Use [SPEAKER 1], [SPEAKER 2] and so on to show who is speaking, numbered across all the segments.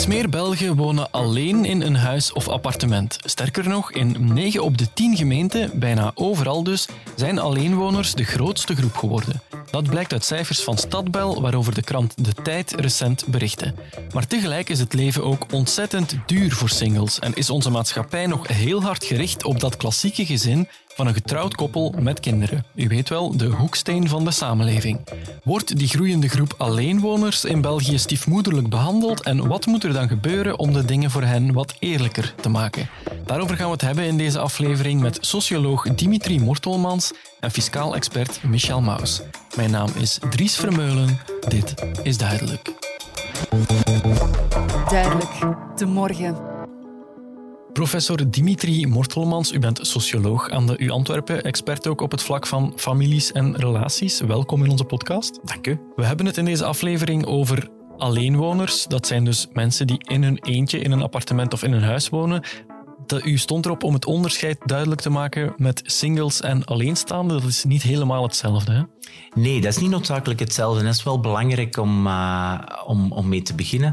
[SPEAKER 1] Steeds meer Belgen wonen alleen in een huis of appartement. Sterker nog, in 9 op de 10 gemeenten, bijna overal dus, zijn alleenwoners de grootste groep geworden. Dat blijkt uit cijfers van Stadbel, waarover de krant De Tijd recent berichtte. Maar tegelijk is het leven ook ontzettend duur voor singles en is onze maatschappij nog heel hard gericht op dat klassieke gezin van een getrouwd koppel met kinderen. U weet wel, de hoeksteen van de samenleving. Wordt die groeiende groep alleenwoners in België stiefmoederlijk behandeld en wat moet er dan gebeuren om de dingen voor hen wat eerlijker te maken? Daarover gaan we het hebben in deze aflevering met socioloog Dimitri Mortelmans en fiscaal expert Michel Maus. Mijn naam is Dries Vermeulen. Dit is Duidelijk.
[SPEAKER 2] Duidelijk, de morgen.
[SPEAKER 1] Professor Dimitri Mortelmans, u bent socioloog aan de U Antwerpen, expert ook op het vlak van families en relaties. Welkom in onze podcast.
[SPEAKER 3] Dank u.
[SPEAKER 1] We hebben het in deze aflevering over alleenwoners. Dat zijn dus mensen die in hun eentje in een appartement of in een huis wonen. U stond erop om het onderscheid duidelijk te maken met singles en alleenstaanden. Dat is niet helemaal hetzelfde, hè?
[SPEAKER 3] Nee, dat is niet noodzakelijk hetzelfde. Dat is wel belangrijk om mee te beginnen.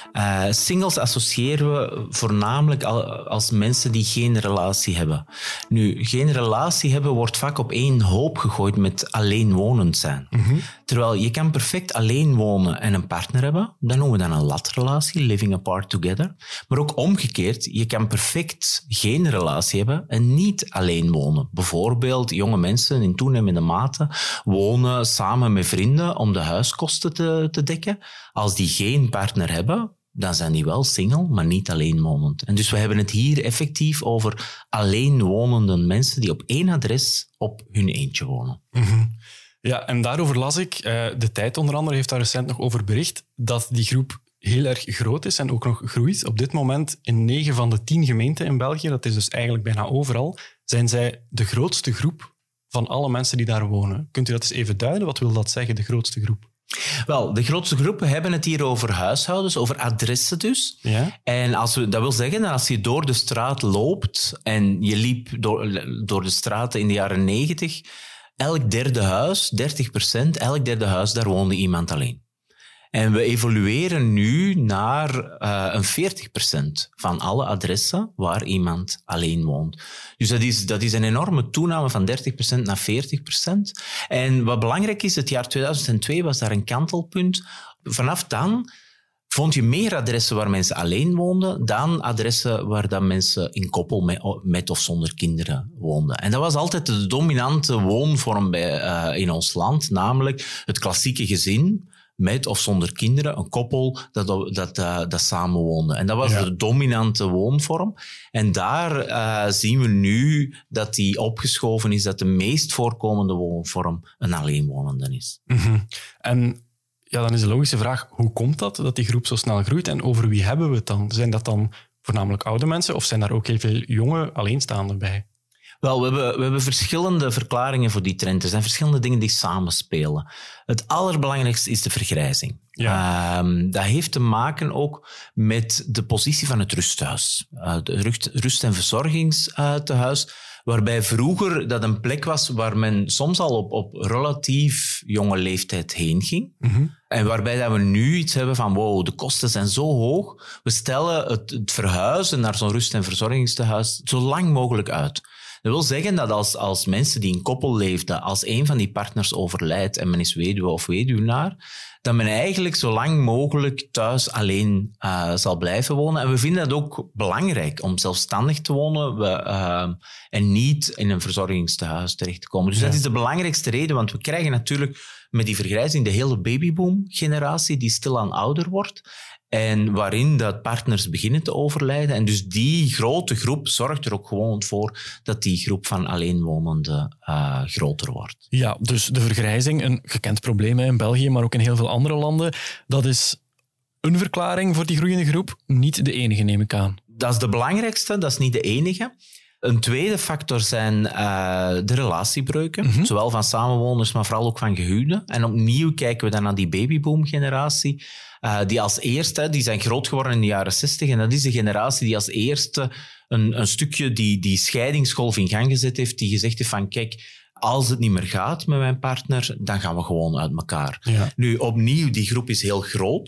[SPEAKER 3] Singles associëren we voornamelijk als mensen die geen relatie hebben. Nu, geen relatie hebben wordt vaak op één hoop gegooid met alleenwonend zijn. Mm-hmm. Terwijl je kan perfect alleen wonen en een partner hebben. Dat noemen we dan een latrelatie, living apart together. Maar ook omgekeerd, je kan perfect geen relatie hebben en niet alleen wonen. Bijvoorbeeld jonge mensen in toenemende mate wonen samen met vrienden om de huiskosten te dekken. Als die geen partner hebben, dan zijn die wel single, maar niet alleenwonend. En dus we hebben het hier effectief over alleenwonende mensen die op één adres op hun eentje wonen.
[SPEAKER 1] Mm-hmm. Ja, en daarover las ik, De Tijd onder andere heeft daar recent nog over bericht, dat die groep heel erg groot is en ook nog groeit. Op dit moment in 9 van de 10 gemeenten in België, dat is dus eigenlijk bijna overal, zijn zij de grootste groep van alle mensen die daar wonen. Kunt u dat eens even duiden? Wat wil dat zeggen, de grootste groep?
[SPEAKER 3] Wel, de grootste groepen hebben het hier over huishoudens, over adressen dus. Ja? En dat wil zeggen dat als je door de straat loopt en je liep door de straten in de jaren 90, elk derde huis, 30%, elk derde huis, daar woonde iemand alleen. En we evolueren nu naar een 40% van alle adressen waar iemand alleen woont. Dus dat is een enorme toename van 30% naar 40%. En wat belangrijk is, het jaar 2002 was daar een kantelpunt. Vanaf dan vond je meer adressen waar mensen alleen woonden dan adressen waar dan mensen in koppel met of zonder kinderen woonden. En dat was altijd de dominante woonvorm in ons land, namelijk het klassieke gezin met of zonder kinderen, een koppel dat samenwoonde. En dat was de dominante woonvorm. En daar zien we nu dat die opgeschoven is, dat de meest voorkomende woonvorm een alleenwonende is.
[SPEAKER 1] Mm-hmm. En ja, dan is de logische vraag, hoe komt dat die groep zo snel groeit en over wie hebben we het dan? Zijn dat dan voornamelijk oude mensen of zijn daar ook heel veel jonge alleenstaanden bij?
[SPEAKER 3] Wel, we hebben verschillende verklaringen voor die trend. Er zijn verschillende dingen die samenspelen. Het allerbelangrijkste is de vergrijzing. Ja. Dat heeft te maken ook met de positie van het rusthuis. Het rust- en verzorgingstehuis, waarbij vroeger dat een plek was waar men soms al op relatief jonge leeftijd heen ging. Mm-hmm. En waarbij dat we nu iets hebben van, wow, de kosten zijn zo hoog. We stellen het verhuizen naar zo'n rust- en verzorgingstehuis zo lang mogelijk uit. Dat wil zeggen dat als mensen die in koppel leefden, als een van die partners overlijdt en men is weduwe of weduwnaar, dat men eigenlijk zo lang mogelijk thuis alleen zal blijven wonen. En we vinden het ook belangrijk om zelfstandig te wonen en niet in een verzorgingstehuis terecht te komen. Dus dat is de belangrijkste reden, want we krijgen natuurlijk met die vergrijzing de hele babyboom-generatie die stilaan ouder wordt. En waarin dat partners beginnen te overlijden. En dus die grote groep zorgt er ook gewoon voor dat die groep van alleenwonenden groter wordt.
[SPEAKER 1] Ja, dus de vergrijzing, een gekend probleem in België, maar ook in heel veel andere landen, dat is een verklaring voor die groeiende groep. Niet de enige, neem ik aan.
[SPEAKER 3] Dat is de belangrijkste, dat is niet de enige. Een tweede factor zijn de relatiebreuken, mm-hmm. Zowel van samenwoners, maar vooral ook van gehuwden. En opnieuw kijken we dan naar die babyboom-generatie, die als eerste, die zijn groot geworden in de jaren 60, en dat is de generatie die als eerste een stukje die scheidingsgolf in gang gezet heeft, die gezegd heeft van, kijk, als het niet meer gaat met mijn partner, dan gaan we gewoon uit elkaar. Ja. Nu, opnieuw, die groep is heel groot.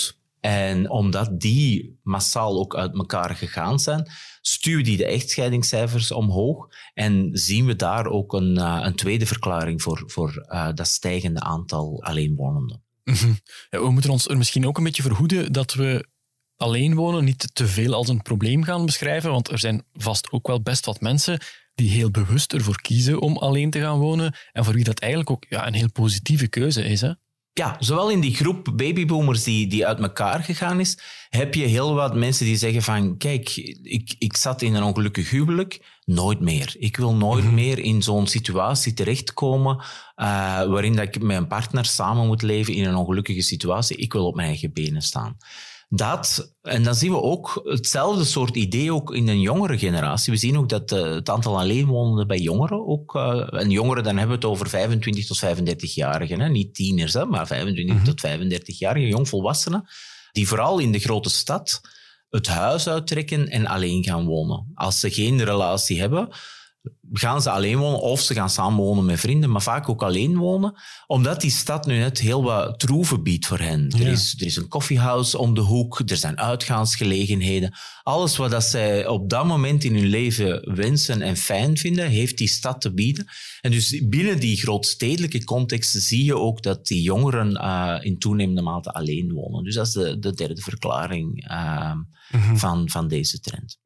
[SPEAKER 3] En omdat die massaal ook uit elkaar gegaan zijn, stuwen die de echtscheidingscijfers omhoog en zien we daar ook een tweede verklaring voor dat stijgende aantal alleenwonenden.
[SPEAKER 1] Mm-hmm. Ja, we moeten ons er misschien ook een beetje verhoeden dat we alleenwonen niet te veel als een probleem gaan beschrijven, want er zijn vast ook wel best wat mensen die heel bewust ervoor kiezen om alleen te gaan wonen en voor wie dat eigenlijk ook een heel positieve keuze is. Hè?
[SPEAKER 3] Ja, zowel in die groep babyboomers die uit elkaar gegaan is, heb je heel wat mensen die zeggen van kijk, ik zat in een ongelukkig huwelijk, nooit meer. Ik wil nooit meer in zo'n situatie terechtkomen waarin dat ik met een partner samen moet leven in een ongelukkige situatie. Ik wil op mijn eigen benen staan. En dan zien we ook hetzelfde soort idee ook in een jongere generatie. We zien ook dat het aantal alleenwonenden bij jongeren ook... en jongeren, dan hebben we het over 25 tot 35-jarigen. Hè? Niet tieners, hè, maar 25 tot 35-jarigen, jongvolwassenen. Die vooral in de grote stad het huis uittrekken en alleen gaan wonen. Als ze geen relatie hebben, gaan ze alleen wonen of ze gaan samenwonen met vrienden, maar vaak ook alleen wonen, omdat die stad nu net heel wat troeven biedt voor hen. Ja. Er is een koffiehuis om de hoek, er zijn uitgaansgelegenheden. Alles wat dat zij op dat moment in hun leven wensen en fijn vinden, heeft die stad te bieden. En dus binnen die grootstedelijke context zie je ook dat die jongeren in toenemende mate alleen wonen. Dus dat is de derde verklaring van deze trend.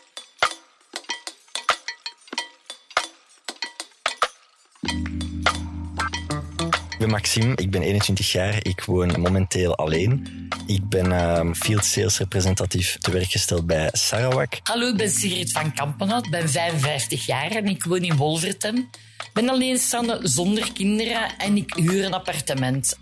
[SPEAKER 4] Ik ben Maxime, ik ben 21 jaar, ik woon momenteel alleen. Ik ben field sales representatief te werk gesteld bij Sarawak.
[SPEAKER 5] Hallo, ik ben Sigrid van Kampenhout, ik ben 55 jaar en ik woon in Wolvertem. Ik ben alleenstaande zonder kinderen en ik huur een appartement.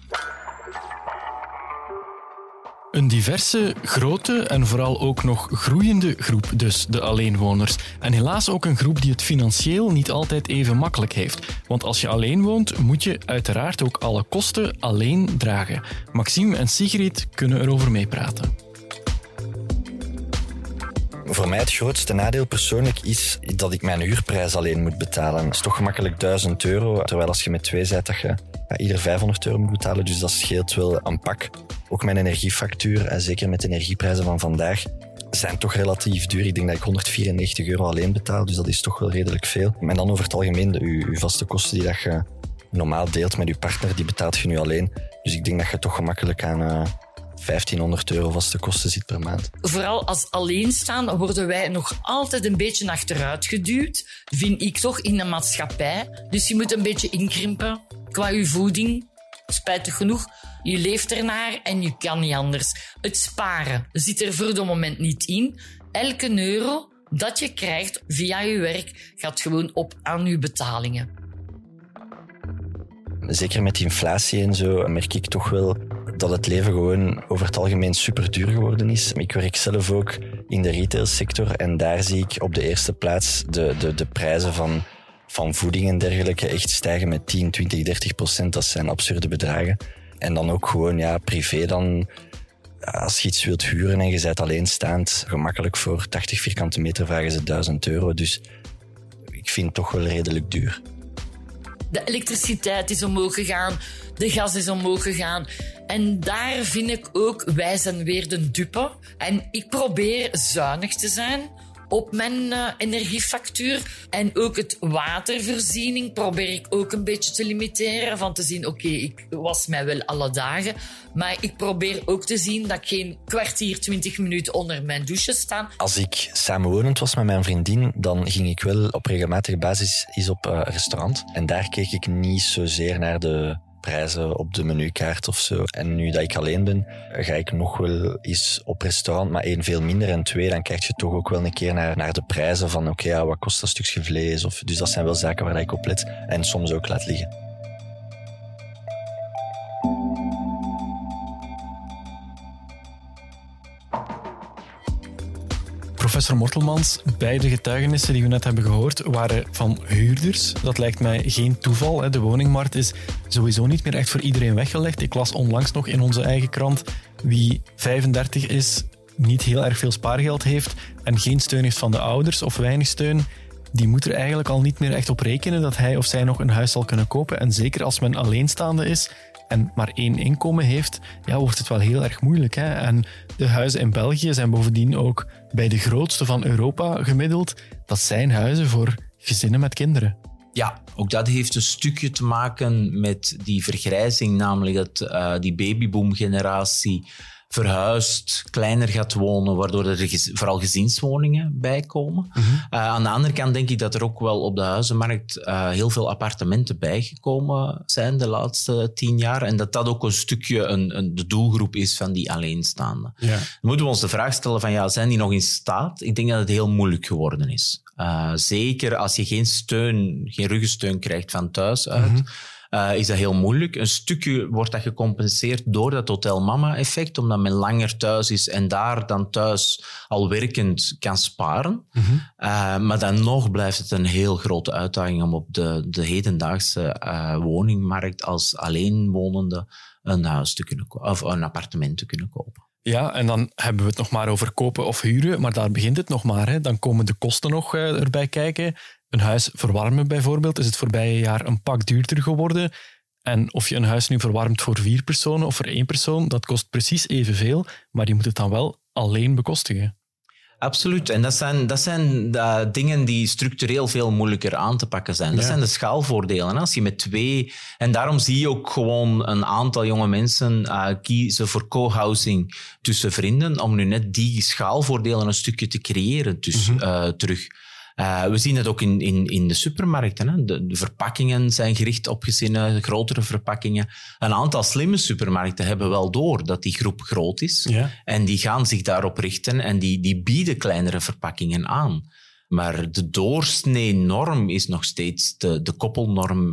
[SPEAKER 1] Een diverse, grote en vooral ook nog groeiende groep dus, de alleenwoners. En helaas ook een groep die het financieel niet altijd even makkelijk heeft. Want als je alleen woont, moet je uiteraard ook alle kosten alleen dragen. Maxime en Sigrid kunnen erover meepraten.
[SPEAKER 4] Voor mij het grootste nadeel persoonlijk is dat ik mijn huurprijs alleen moet betalen. Dat is toch gemakkelijk €1.000, terwijl als je met twee bent dat je ieder €500 moet betalen. Dus dat scheelt wel een pak. Ook mijn energiefactuur, en zeker met de energieprijzen van vandaag, zijn toch relatief duur. Ik denk dat ik €194 alleen betaal, dus dat is toch wel redelijk veel. En dan over het algemeen, je vaste kosten die dat je normaal deelt met je partner, die betaalt je nu alleen. Dus ik denk dat je toch gemakkelijk aan €1.500 vaste kosten zit per maand.
[SPEAKER 5] Vooral als alleenstaande worden wij nog altijd een beetje achteruit geduwd, vind ik toch, in de maatschappij. Dus je moet een beetje inkrimpen qua je voeding. Spijtig genoeg, je leeft ernaar en je kan niet anders. Het sparen zit er voor het moment niet in. Elke euro dat je krijgt via je werk gaat gewoon op aan je betalingen.
[SPEAKER 4] Zeker met inflatie en zo merk ik toch wel dat het leven gewoon over het algemeen super duur geworden is. Ik werk zelf ook in de retailsector en daar zie ik op de eerste plaats de prijzen van voeding en dergelijke echt stijgen met 10, 20, 30%. Dat zijn absurde bedragen. En dan ook gewoon privé dan, als je iets wilt huren en je bent alleenstaand, gemakkelijk voor 80 vierkante meter vragen ze €1.000. Dus ik vind het toch wel redelijk duur.
[SPEAKER 5] De elektriciteit is omhoog gegaan, de gas is omhoog gegaan. En daar vind ik ook, wij zijn weer de dupe. En ik probeer zuinig te zijn op mijn energiefactuur. En ook het watervoorziening probeer ik ook een beetje te limiteren. Van te zien, oké, ik was mij wel alle dagen. Maar ik probeer ook te zien dat ik geen kwartier, 20 minuten onder mijn douche sta.
[SPEAKER 4] Als ik samenwonend was met mijn vriendin, dan ging ik wel op regelmatige basis eens op restaurant. En daar keek ik niet zozeer naar de prijzen op de menukaart of zo. En nu dat ik alleen ben, ga ik nog wel eens op restaurant, maar 1, veel minder. En 2, dan kijk je toch ook wel een keer naar de prijzen van wat kost dat stukje vlees? Dus dat zijn wel zaken waar ik op let en soms ook laat liggen.
[SPEAKER 1] Professor Mortelmans, beide getuigenissen die we net hebben gehoord waren van huurders. Dat lijkt mij geen toeval. De woningmarkt is sowieso niet meer echt voor iedereen weggelegd. Ik las onlangs nog in onze eigen krant wie 35 is, niet heel erg veel spaargeld heeft en geen steun heeft van de ouders of weinig steun, die moet er eigenlijk al niet meer echt op rekenen dat hij of zij nog een huis zal kunnen kopen. En zeker als men alleenstaande is, en maar 1 inkomen heeft, wordt het wel heel erg moeilijk. Hè? En de huizen in België zijn bovendien ook bij de grootste van Europa gemiddeld. Dat zijn huizen voor gezinnen met kinderen.
[SPEAKER 3] Ja, ook dat heeft een stukje te maken met die vergrijzing, namelijk dat die babyboom-generatie verhuist, kleiner gaat wonen, waardoor er vooral gezinswoningen bij komen. Aan de andere kant denk ik dat er ook wel op de huizenmarkt heel veel appartementen bijgekomen zijn de laatste 10 jaar en dat ook een stukje de doelgroep is van die alleenstaanden. Ja. Dan moeten we ons de vraag stellen van, zijn die nog in staat? Ik denk dat het heel moeilijk geworden is. Zeker als je geen ruggensteun krijgt van thuis uit, is dat heel moeilijk. Een stukje wordt dat gecompenseerd door dat hotel-mama-effect, omdat men langer thuis is en daar dan thuis al werkend kan sparen. Maar dan nog blijft het een heel grote uitdaging om op de hedendaagse woningmarkt als alleenwonende een huis te kunnen of een appartement te kunnen kopen.
[SPEAKER 1] Ja, en dan hebben we het nog maar over kopen of huren, maar daar begint het nog maar. Hè. Dan komen de kosten nog erbij kijken. Een huis verwarmen bijvoorbeeld is het voorbije jaar een pak duurder geworden. En of je een huis nu verwarmt voor 4 personen of voor 1 persoon, dat kost precies evenveel, maar je moet het dan wel alleen bekostigen.
[SPEAKER 3] Absoluut. En dat zijn dingen die structureel veel moeilijker aan te pakken zijn. Dat zijn de schaalvoordelen. Als je met 2... En daarom zie je ook gewoon een aantal jonge mensen kiezen voor co-housing tussen vrienden, om nu net die schaalvoordelen een stukje te creëren terug. We zien het ook in de supermarkten. Hè. De verpakkingen zijn gericht op gezinnen, grotere verpakkingen. Een aantal slimme supermarkten hebben wel door dat die groep groot is. Ja. En die gaan zich daarop richten en die bieden kleinere verpakkingen aan. Maar de doorsnee norm is nog steeds de koppelnorm,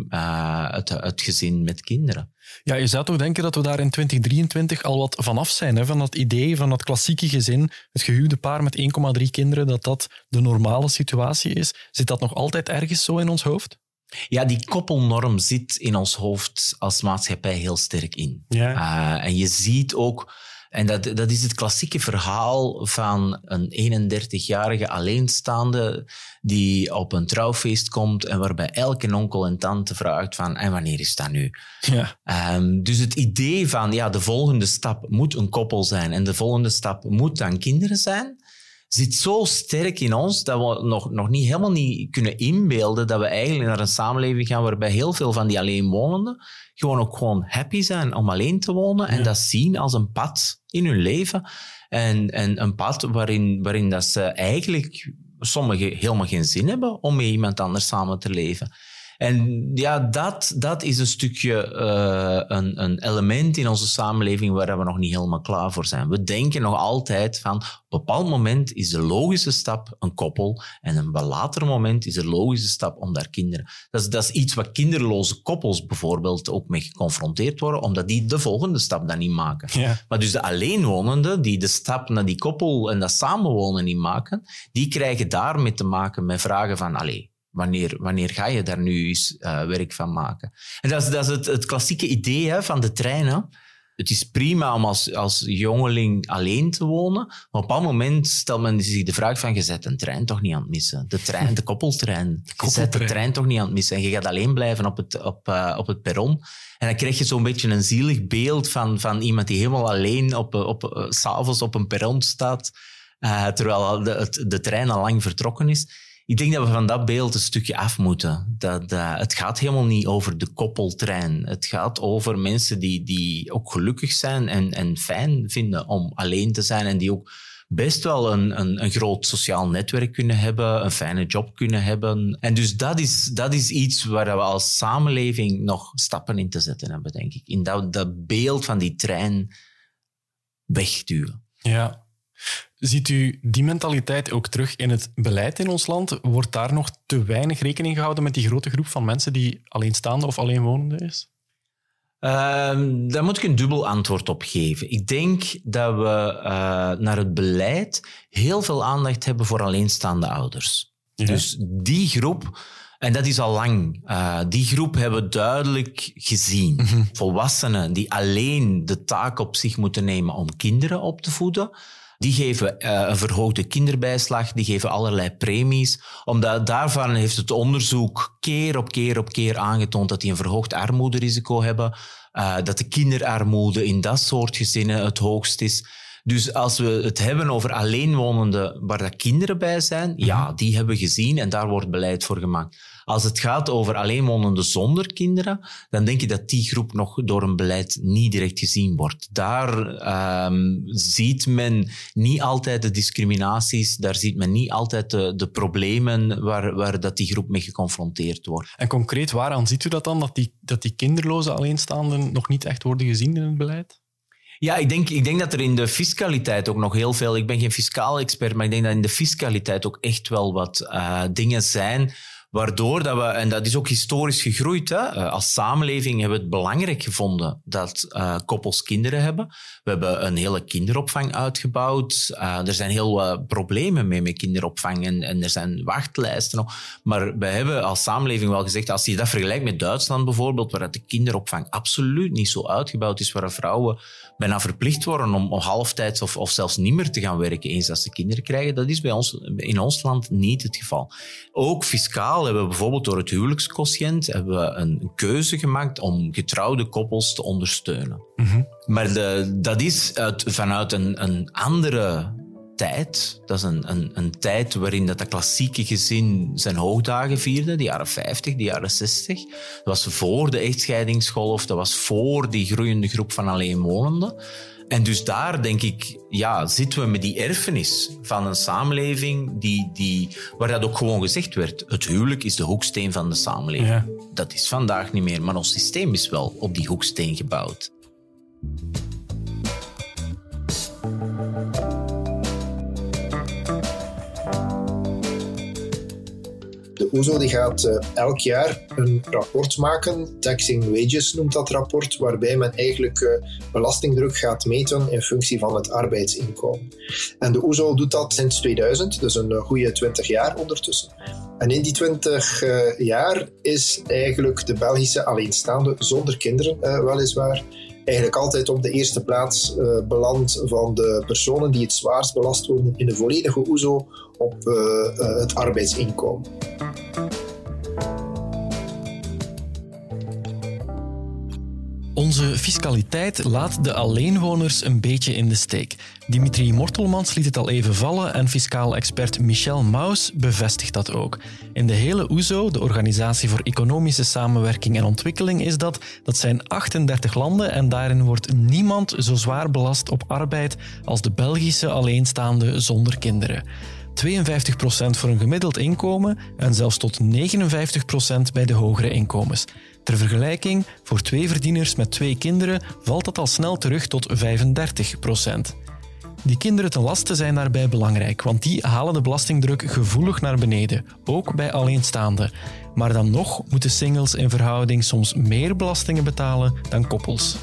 [SPEAKER 3] het gezin met kinderen.
[SPEAKER 1] Ja, je zou toch denken dat we daar in 2023 al wat vanaf zijn, hè? Van dat idee van dat klassieke gezin, het gehuwde paar met 1,3 kinderen, dat de normale situatie is. Zit dat nog altijd ergens zo in ons hoofd?
[SPEAKER 3] Ja, die koppelnorm zit in ons hoofd als maatschappij heel sterk in. Ja. En je ziet ook... En dat is het klassieke verhaal van een 31-jarige alleenstaande die op een trouwfeest komt en waarbij elke onkel en tante vraagt van, en wanneer is dat nu? Ja. Dus het idee van, de volgende stap moet een koppel zijn en de volgende stap moet dan kinderen zijn, zit zo sterk in ons dat we nog helemaal niet kunnen inbeelden dat we eigenlijk naar een samenleving gaan waarbij heel veel van die alleenwonenden gewoon happy zijn om alleen te wonen en dat zien als een pad in hun leven. En een pad waarin dat ze eigenlijk sommigen helemaal geen zin hebben om met iemand anders samen te leven. En dat is een stukje een element in onze samenleving waar we nog niet helemaal klaar voor zijn. We denken nog altijd van, op een bepaald moment is de logische stap een koppel en een later moment is de logische stap om daar kinderen. Dat is iets wat kinderloze koppels bijvoorbeeld ook mee geconfronteerd worden, omdat die de volgende stap dan niet maken. Ja. Maar dus de alleenwonenden die de stap naar die koppel en dat samenwonen niet maken, die krijgen daarmee te maken met vragen van, wanneer ga je daar nu eens werk van maken? En dat is het klassieke idee van de trein. Hè? Het is prima om als jongeling alleen te wonen, maar op een bepaald moment stelt men zich de vraag van, je zet een trein toch niet aan het missen? De koppeltrein. Je zet de trein toch niet aan het missen en je gaat alleen blijven op het perron. En dan krijg je zo'n beetje een zielig beeld van iemand die helemaal alleen s'avonds op een perron staat, terwijl de trein al lang vertrokken is. Ik denk dat we van dat beeld een stukje af moeten. Het gaat helemaal niet over de koppeltrein. Het gaat over mensen die ook gelukkig zijn en fijn vinden om alleen te zijn en die ook best wel een groot sociaal netwerk kunnen hebben, een fijne job kunnen hebben. En dus dat is iets waar we als samenleving nog stappen in te zetten hebben, denk ik. In dat beeld van die trein wegduwen.
[SPEAKER 1] Ja. Ziet u die mentaliteit ook terug in het beleid in ons land? Wordt daar nog te weinig rekening gehouden met die grote groep van mensen die alleenstaande of alleenwonende is?
[SPEAKER 3] Daar moet ik een dubbel antwoord op geven. Ik denk dat we naar het beleid heel veel aandacht hebben voor alleenstaande ouders. Ja. Dus die groep, en dat is al lang, die groep hebben we duidelijk gezien. Mm-hmm. Volwassenen die alleen de taak op zich moeten nemen om kinderen op te voeden, die geven een verhoogde kinderbijslag, die geven allerlei premies. Omdat daarvan heeft het onderzoek keer op keer aangetoond dat die een verhoogd armoederisico hebben. dat de kinderarmoede in dat soort gezinnen het hoogst is. Dus als we het hebben over alleenwonenden waar dat kinderen bij zijn, ja, die hebben we gezien en daar wordt beleid voor gemaakt. Als het gaat over alleenwonenden zonder kinderen, dan denk ik dat die groep nog door een beleid niet direct gezien wordt. Daar ziet men niet altijd de discriminaties, daar ziet men niet altijd de problemen waar dat die groep mee geconfronteerd wordt.
[SPEAKER 1] En concreet, waaraan ziet u dat dan, dat die kinderloze alleenstaanden nog niet echt worden gezien in het beleid?
[SPEAKER 3] Ja, ik denk dat er in de fiscaliteit ook nog heel veel... Ik ben geen fiscaal expert, maar ik denk dat in de fiscaliteit ook echt wel wat dingen zijn waardoor dat we... En dat is ook historisch gegroeid. Hè? Als samenleving hebben we het belangrijk gevonden dat koppels kinderen hebben. We hebben een hele kinderopvang uitgebouwd. Er zijn heel problemen mee met kinderopvang en er zijn wachtlijsten nog. Maar we hebben als samenleving wel gezegd, als je dat vergelijkt met Duitsland bijvoorbeeld, waar de kinderopvang absoluut niet zo uitgebouwd is, waar vrouwen bijna verplicht worden om halftijds of zelfs niet meer te gaan werken eens dat ze kinderen krijgen, dat is bij ons in ons land niet het geval. Ook fiscaal hebben we bijvoorbeeld door het huwelijksquotient hebben we een keuze gemaakt om getrouwde koppels te ondersteunen. Mm-hmm. Maar dat is vanuit een andere tijd. Dat is een tijd waarin dat klassieke gezin zijn hoogdagen vierde, de jaren 50, de jaren 60. Dat was voor de echtscheidingsgolf, dat was voor die groeiende groep van alleenwonenden. En dus daar, denk ik, zitten we met die erfenis van een samenleving waar dat ook gewoon gezegd werd. Het huwelijk is de hoeksteen van de samenleving. Ja. Dat is vandaag niet meer, maar ons systeem is wel op die hoeksteen gebouwd.
[SPEAKER 6] De OESO die gaat elk jaar een rapport maken, Taxing Wages noemt dat rapport, waarbij men eigenlijk belastingdruk gaat meten in functie van het arbeidsinkomen. En de OESO doet dat sinds 2000, dus een goede 20 jaar ondertussen. En in die 20 jaar is eigenlijk de Belgische alleenstaande zonder kinderen weliswaar eigenlijk altijd op de eerste plaats beland van de personen die het zwaarst belast worden in de volledige OESO op het arbeidsinkomen.
[SPEAKER 1] Onze fiscaliteit laat de alleenwoners een beetje in de steek. Dimitri Mortelmans liet het al even vallen en fiscaal expert Michel Maus bevestigt dat ook. In de hele OESO, de Organisatie voor Economische Samenwerking en Ontwikkeling, is dat zijn 38 landen en daarin wordt niemand zo zwaar belast op arbeid als de Belgische alleenstaande zonder kinderen. 52% voor een gemiddeld inkomen en zelfs tot 59% bij de hogere inkomens. Ter vergelijking, voor 2 verdieners met 2 kinderen valt dat al snel terug tot 35%. Die kinderen ten laste zijn daarbij belangrijk, want die halen de belastingdruk gevoelig naar beneden, ook bij alleenstaanden. Maar dan nog moeten singles in verhouding soms meer belastingen betalen dan koppels.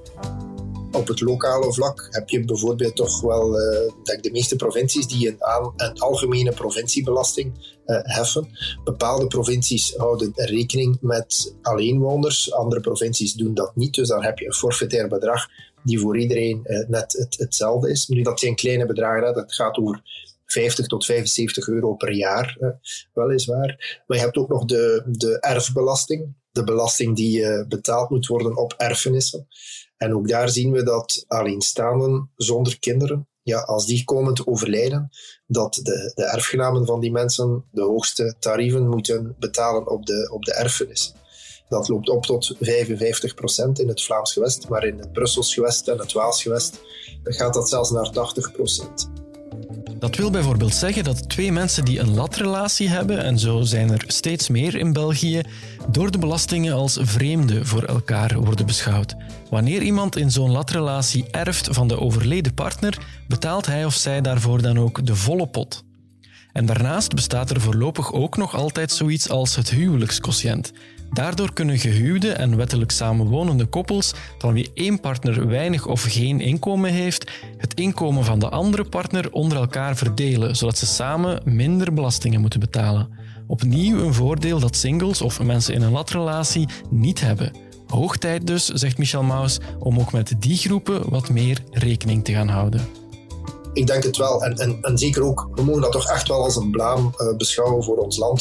[SPEAKER 6] Op het lokale vlak heb je bijvoorbeeld toch wel de meeste provincies die een algemene provinciebelasting heffen. Bepaalde provincies houden rekening met alleenwoners, andere provincies doen dat niet. Dus dan heb je een forfaitair bedrag die voor iedereen net hetzelfde is. Nu, dat zijn kleine bedragen, dat gaat over 50 tot 75 euro per jaar, weliswaar. Maar je hebt ook nog de erfbelasting, de belasting die betaald moet worden op erfenissen. En ook daar zien we dat alleenstaanden zonder kinderen, als die komen te overlijden, dat de erfgenamen van die mensen de hoogste tarieven moeten betalen op de erfenissen. Dat loopt op tot 55% in het Vlaams gewest, maar in het Brussels gewest en het Waals gewest gaat dat zelfs naar 80%.
[SPEAKER 1] Dat wil bijvoorbeeld zeggen dat 2 mensen die een latrelatie hebben, en zo zijn er steeds meer in België, door de belastingen als vreemden voor elkaar worden beschouwd. Wanneer iemand in zo'n latrelatie erft van de overleden partner, betaalt hij of zij daarvoor dan ook de volle pot. En daarnaast bestaat er voorlopig ook nog altijd zoiets als het huwelijksquotient. Daardoor kunnen gehuwde en wettelijk samenwonende koppels, van wie 1 partner weinig of geen inkomen heeft, het inkomen van de andere partner onder elkaar verdelen, zodat ze samen minder belastingen moeten betalen. Opnieuw een voordeel dat singles of mensen in een latrelatie niet hebben. Hoog tijd dus, zegt Michel Maus, om ook met die groepen wat meer rekening te gaan houden.
[SPEAKER 6] Ik denk het wel. En zeker ook, we mogen dat toch echt wel als een blaam beschouwen voor ons land.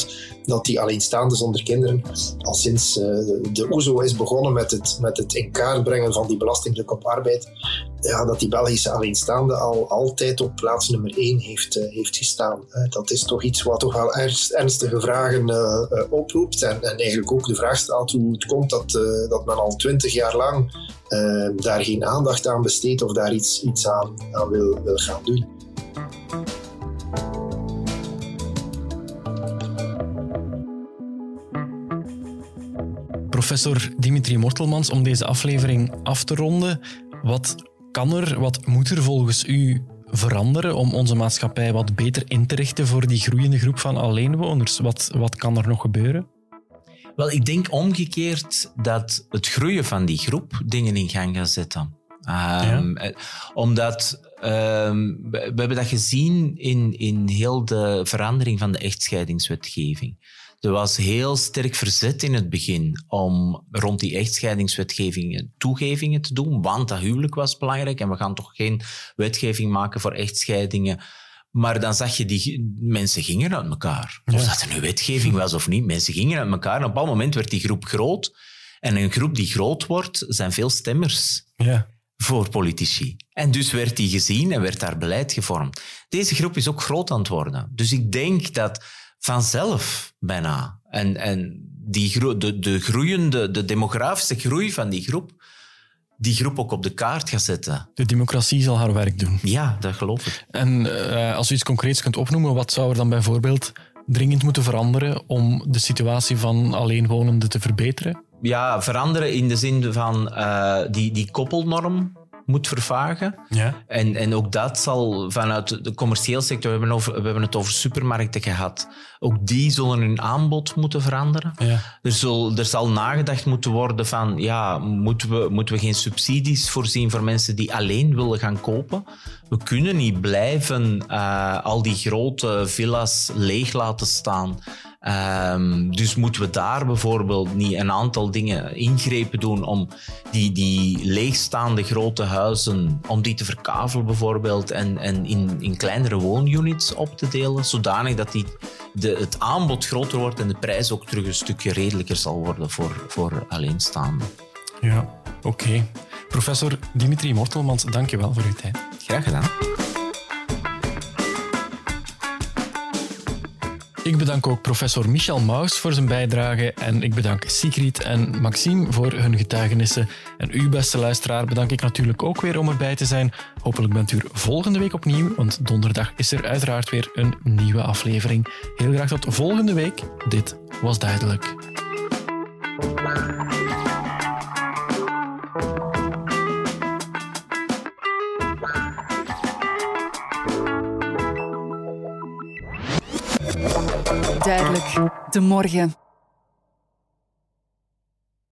[SPEAKER 6] dat die alleenstaanden zonder kinderen al sinds de OESO is begonnen met het in kaart brengen van die belastingdruk op arbeid, dat die Belgische alleenstaande al altijd op plaats nummer 1 heeft gestaan. Dat is toch iets wat toch wel ernstige vragen oproept en eigenlijk ook de vraag stelt hoe het komt dat men al 20 jaar lang daar geen aandacht aan besteedt of daar iets aan wil gaan doen.
[SPEAKER 1] Professor Dimitri Mortelmans, om deze aflevering af te ronden, wat moet er volgens u veranderen om onze maatschappij wat beter in te richten voor die groeiende groep van alleenwoners? Wat kan er nog gebeuren?
[SPEAKER 3] Wel, ik denk omgekeerd dat het groeien van die groep dingen in gang gaat zetten. Omdat we hebben dat gezien in heel de verandering van de echtscheidingswetgeving. Er was heel sterk verzet in het begin om rond die echtscheidingswetgevingen toegevingen te doen, want dat huwelijk was belangrijk en we gaan toch geen wetgeving maken voor echtscheidingen. Maar dan zag je, mensen gingen uit elkaar. Ja. Of dat er nu wetgeving was of niet, mensen gingen uit elkaar. En op een bepaald moment werd die groep groot. En een groep die groot wordt, zijn veel stemmers voor politici. En dus werd die gezien en werd daar beleid gevormd. Deze groep is ook groot aan het worden. Dus ik denk dat vanzelf bijna. En de demografische groei van die groep ook op de kaart gaat zetten.
[SPEAKER 1] De democratie zal haar werk doen.
[SPEAKER 3] Ja, dat geloof ik.
[SPEAKER 1] En als u iets concreets kunt opnoemen, wat zou er dan bijvoorbeeld dringend moeten veranderen om de situatie van alleenwonenden te verbeteren? Ja,
[SPEAKER 3] veranderen in de zin van die koppelnorm moet vervagen. Ja. En ook dat zal vanuit de commerciële sector, we hebben het over supermarkten gehad, ook die zullen hun aanbod moeten veranderen. Ja. Er zal nagedacht moeten worden van, moeten we geen subsidies voorzien voor mensen die alleen willen gaan kopen? We kunnen niet blijven al die grote villa's leeg laten staan. Dus moeten we daar bijvoorbeeld niet een aantal dingen ingrepen doen om die leegstaande grote huizen, om die te verkavelen bijvoorbeeld en in kleinere woonunits op te delen, zodanig dat het aanbod groter wordt en de prijs ook terug een stukje redelijker zal worden voor alleenstaanden.
[SPEAKER 1] Ja, oké. Professor Dimitri Mortelmans, dank je wel voor uw tijd.
[SPEAKER 3] Graag gedaan.
[SPEAKER 1] Ik bedank ook professor Michel Maus voor zijn bijdrage en ik bedank Sigrid en Maxime voor hun getuigenissen. En u, beste luisteraar, bedank ik natuurlijk ook weer om erbij te zijn. Hopelijk bent u er volgende week opnieuw, want donderdag is er uiteraard weer een nieuwe aflevering. Heel graag tot volgende week. Dit was Duidelijk.
[SPEAKER 2] Duidelijk, de morgen.